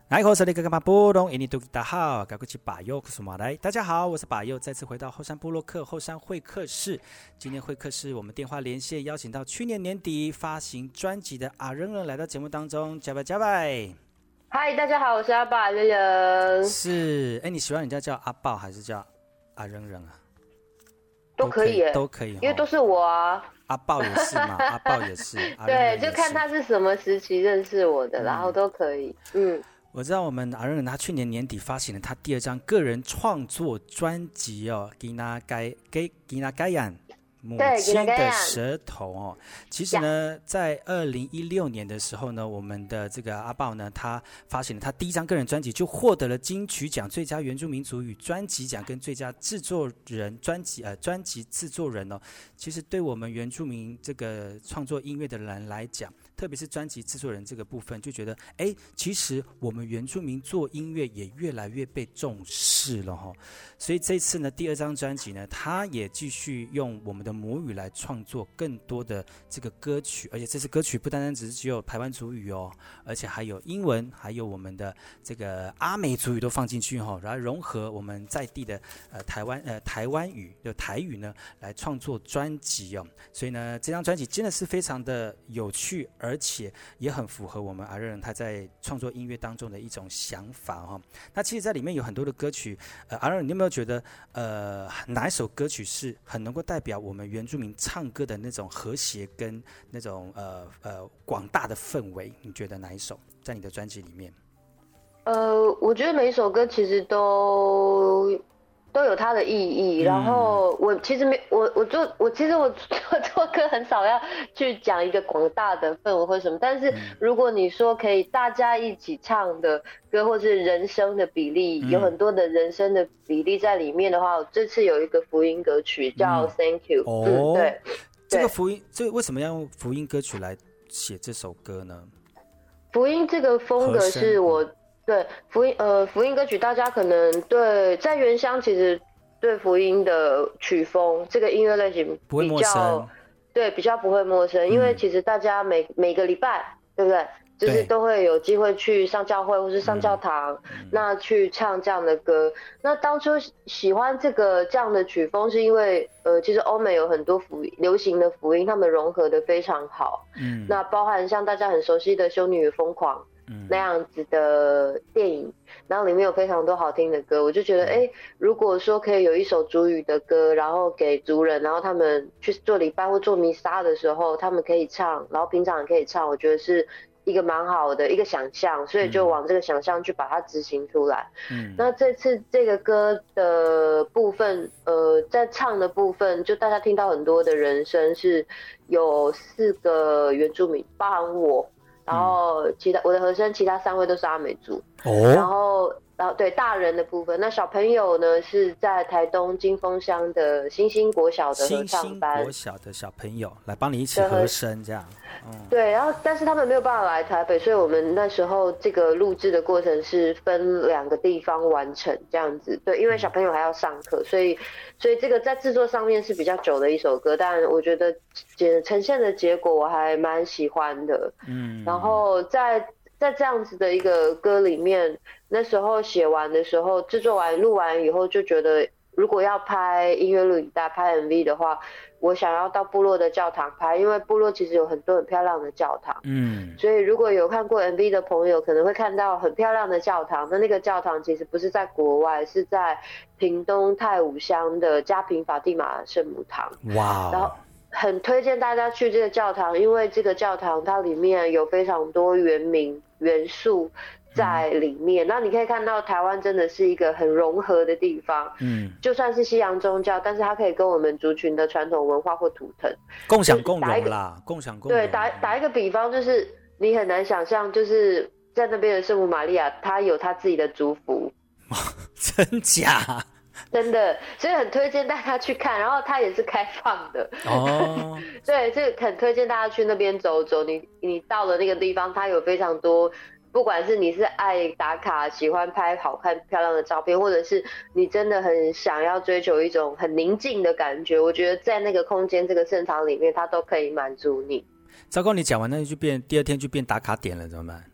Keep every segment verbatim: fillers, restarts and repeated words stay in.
来，我是那个干嘛波动，印尼多吉大好，赶快去把右克苏马来。大家好，我是把右，再次回到后山部落客后山会客室。今天会客室我们电话连线，邀请到去年年底发行专辑的阿扔人来到节目当中，加拜加拜。 嗨，大家好，我是阿爸扔人。 是，哎，你喜欢人家叫阿豹还是叫阿扔人啊？ 都可以耶， 都可以， 因为都是我啊。 阿豹也是嘛，阿豹也是。 对，就看他是什么时期认识我的，嗯、然后都可以。嗯。 我知道我们阿扔人他去年年底发行了他第二张个人创作专辑哦，吉纳盖给吉纳盖亚母亲的舌头哦。其实呢，在二零一六年的时候呢，我们的这个阿豹呢，他发行了他第一张个人专辑，就获得了金曲奖最佳原住民族语专辑奖跟最佳制作人专辑呃专辑制作人哦。其实对我们原住民这个创作音乐的人来讲，特别是专辑制作人这个部分，就觉得哎，其实我们原住民做音乐也越来越被重视了哈。所以这次呢，第二张专辑呢，他也继续用我们的母语来创作更多的这个歌曲，而且这次歌曲不单单只是只有台湾族语哦，而且还有英文，还有我们的这个阿美族语都放进去哈，然后融合我们在地的呃台湾呃台湾语的台语呢，来创作专辑哦。所以呢，这张专辑真的是非常的有趣，而且也很符合我们阿扔人他在创作音乐当中的一种想法哈。那其实，在里面有很多的歌曲，呃，阿扔人你有没有觉得呃哪一首歌曲是很能够代表我们原住民唱歌的那种和谐跟那种呃呃广大的氛围？你觉得哪一首在你的专辑里面？ 呃，我觉得每一首歌其实都都有它的意义。嗯、然后我其实没我我做我其实我我做歌很少要去讲一个广大的氛围或什么，但是如果你说可以大家一起唱的歌，或是人声的比例，嗯、有很多的人声的比例在里面的话，我这次有一个福音歌曲叫 Thank You。 哦， 嗯、对， 这个福音，这个为什么要用福音歌曲来写这首歌呢？ 福音这个风格是我对福音呃福音歌曲，大家可能对在原乡其实对福音的曲风这个音乐类型不会陌生， 对比较不会陌生，嗯、因为其实大家每每个礼拜对不对？就是都会有机会去上教会或是上教堂，嗯、那去唱这样的歌。那当初喜欢这个这样的曲风，是因为呃，其实欧美有很多福流行的福音，他们融合的非常好。嗯，那包含像大家很熟悉的《修女与疯狂》嗯、那样子的电影，然后里面有非常多好听的歌，我就觉得，哎、欸，如果说可以有一首族语的歌，然后给族人，然后他们去做礼拜或做弥撒的时候，他们可以唱，然后平常也可以唱，我觉得是一个蛮好的一个想象，所以就往这个想象去把它执行出来。嗯，那这次这个歌的部分，呃，在唱的部分，就大家听到很多的人声，是有四个原住民，包含我，然后其他我的和声，其他三位都是阿美族。哦，然后。然后对大人的部分，那小朋友呢是在台东金峰乡的新兴国小的合唱班， 新兴国小的小朋友来帮你一起和声这样。 嗯、对，然后但是他们没有办法来台北，所以我们那时候这个录制的过程是分两个地方完成这样子。对，因为小朋友还要上课，所以所以这个在制作上面是比较久的一首歌，但我觉得呈现的结果我还蛮喜欢的。嗯，然后在。在这样子的一个歌里面，那时候写完的时候，制作完录完以后，就觉得如果要拍音乐录影带、拍 M V 的话，我想要到部落的教堂拍，因为部落其实有很多很漂亮的教堂。嗯，所以如果有看过 M V 的朋友，可能会看到很漂亮的教堂。那那个教堂其实不是在国外，是在屏东太武乡的嘉平法蒂玛圣母堂。哇！然后。很推荐大家去这个教堂，因为这个教堂它里面有非常多原民元素在里面。那、嗯、你可以看到台湾真的是一个很融合的地方，嗯，就算是西洋宗教，但是它可以跟我们族群的传统文化或图腾共享共荣啦，共享共荣。 对，打打一个比方，就是你很难想象，就是在那边的圣母玛利亚，她有她自己的族服， 真假？ 真的，所以很推荐大家去看，然后它也是开放的哦。对，所以很推荐大家去那边走走。你你到了那个地方，它有非常多，不管是你是爱打卡、喜欢拍好看漂亮的照片，或者是你真的很想要追求一种很宁静的感觉，我觉得在那个空间、这个圣堂里面，它都可以满足你。 糟糕，你讲完那就变第二天就变打卡点了，怎么办？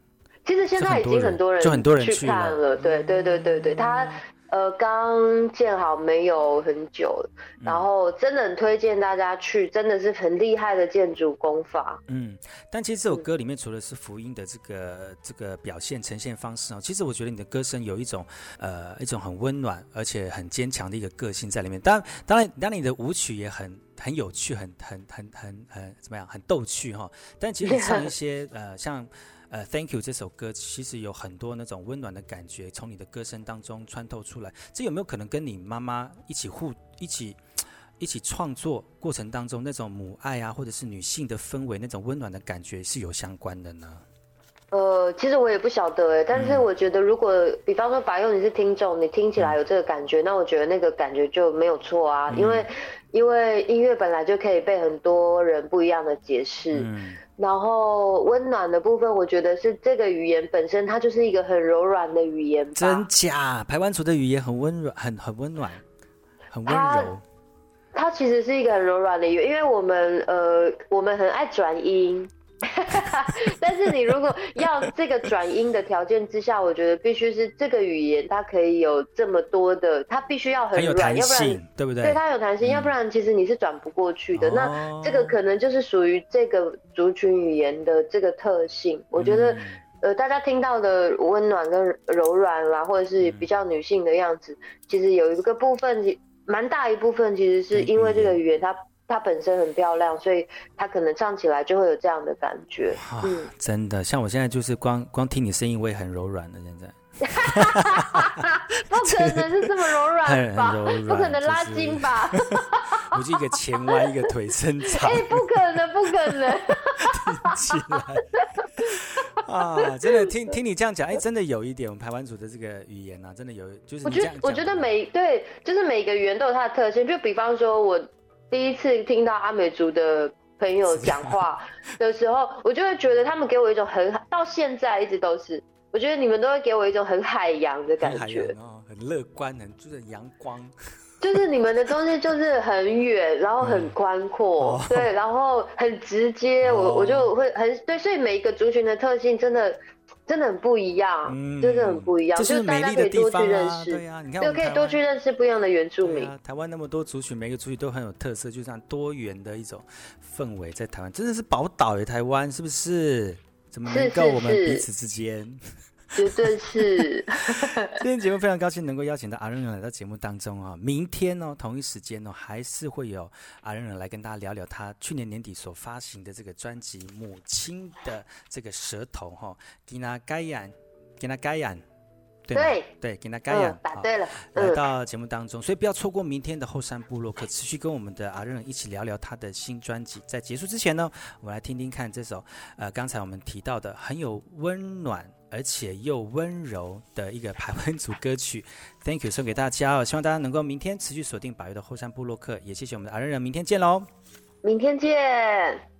其实现在已经很多人就很多人去看了，对对对对对，他呃刚建好没有很久，然后真的很推荐大家去，真的是很厉害的建筑工法。 嗯，但其实这首歌里面除了是福音的这个这个表现呈现方式哦，其实我觉得你的歌声有一种呃一种很温暖而且很坚强的一个个性在里面。当然当然当然你的舞曲也很很有趣，很很很很很怎么样，很逗趣哈、哦。但其实你唱一些呃像。呃 ，Thank You 这首歌其实有很多那种温暖的感觉，从你的歌声当中穿透出来。这有没有可能跟你妈妈一起互一起一起创作过程当中那种母爱啊，或者是女性的氛围那种温暖的感觉是有相关的呢？ 呃，其实我也不晓得哎，但是我觉得如果、嗯、比方说百佑你是听众，你听起来有这个感觉，嗯、那我觉得那个感觉就没有错啊，嗯、因为因为音乐本来就可以被很多人不一样的解释。嗯，然后温暖的部分，我觉得是这个语言本身，它就是一个很柔软的语言吧。 真假？排湾族的语言很温软，很很温暖，很温柔。 它, 它其实是一个很柔软的语言，因为我们呃，我们很爱转音。但是你如果要这个转音的条件之下，我觉得必须是这个语言它可以有这么多的，它必须要很软，要不然对不对？ 对，它有弹性、嗯，要不然其实你是转不过去的。哦、那这个可能就是属于这个族群语言的这个特性。我觉得，嗯、呃，大家听到的温暖跟柔软啦，或者是比较女性的样子，其实有一个部分，蛮大一部分其实是因为这个语言它。它本身很漂亮，所以它可能唱起来就会有这样的感觉。 啊、嗯，真的，像我现在就是光光听你声音，我也很柔软了。现在， 不可能是这么柔软吧？ 很很不可能拉筋吧？就是、 我就一个前弯，一个腿伸长。 哎、欸，不可能，不可能！ 听起来啊，真的听听你这样讲，哎、欸，真的有一点我们排湾族的这个语言啊，真的有，就是你这样讲。 我觉得，我觉得每对，就是每个语言都有它的特性。就比方说，我。第一次听到阿美族的朋友讲话的时候，我就会觉得他们给我一种很，到现在一直都是，我觉得你们都会给我一种很海洋的感觉， 很、哦、很乐观，很就是阳光， 就是你们的东西就是很远，然后很宽阔、嗯，对，然后很直接，哦、我我就会很对，所以每一个族群的特性真的。真的很不一样，嗯、真的很不一样， 就是美丽的地方啊， 就是大家可以多去认识， 对啊，你看就可以多去认识不一样的原住民。 啊、台湾那么多族群，每个族群都很有特色，就这样多元的一种氛围在台湾，真的是宝岛耶！台湾是不是？怎么能够我们彼此之间？ 绝对是。 今天节目非常高兴能够邀请到阿任来到节目当中啊！明天哦，同一时间哦，还是会有阿任来跟大家聊聊他去年年底所发行的这个专辑《母亲的这个舌头》哈，吉娜盖亚，吉娜盖亚。对对对，吉娜盖亚答对了， 来到节目当中，所以不要错过明天的后山部落客，持续跟我们的阿任一起聊聊他的新专辑。在结束之前呢，我们来听听看这首呃刚才我们提到的很有温暖而且又温柔的一个排湾族歌曲 ，Thank you 送给大家哦，希望大家能够明天持续锁定百岳的后山部落客，也谢谢我们的阿任，明天见喽， 明天见。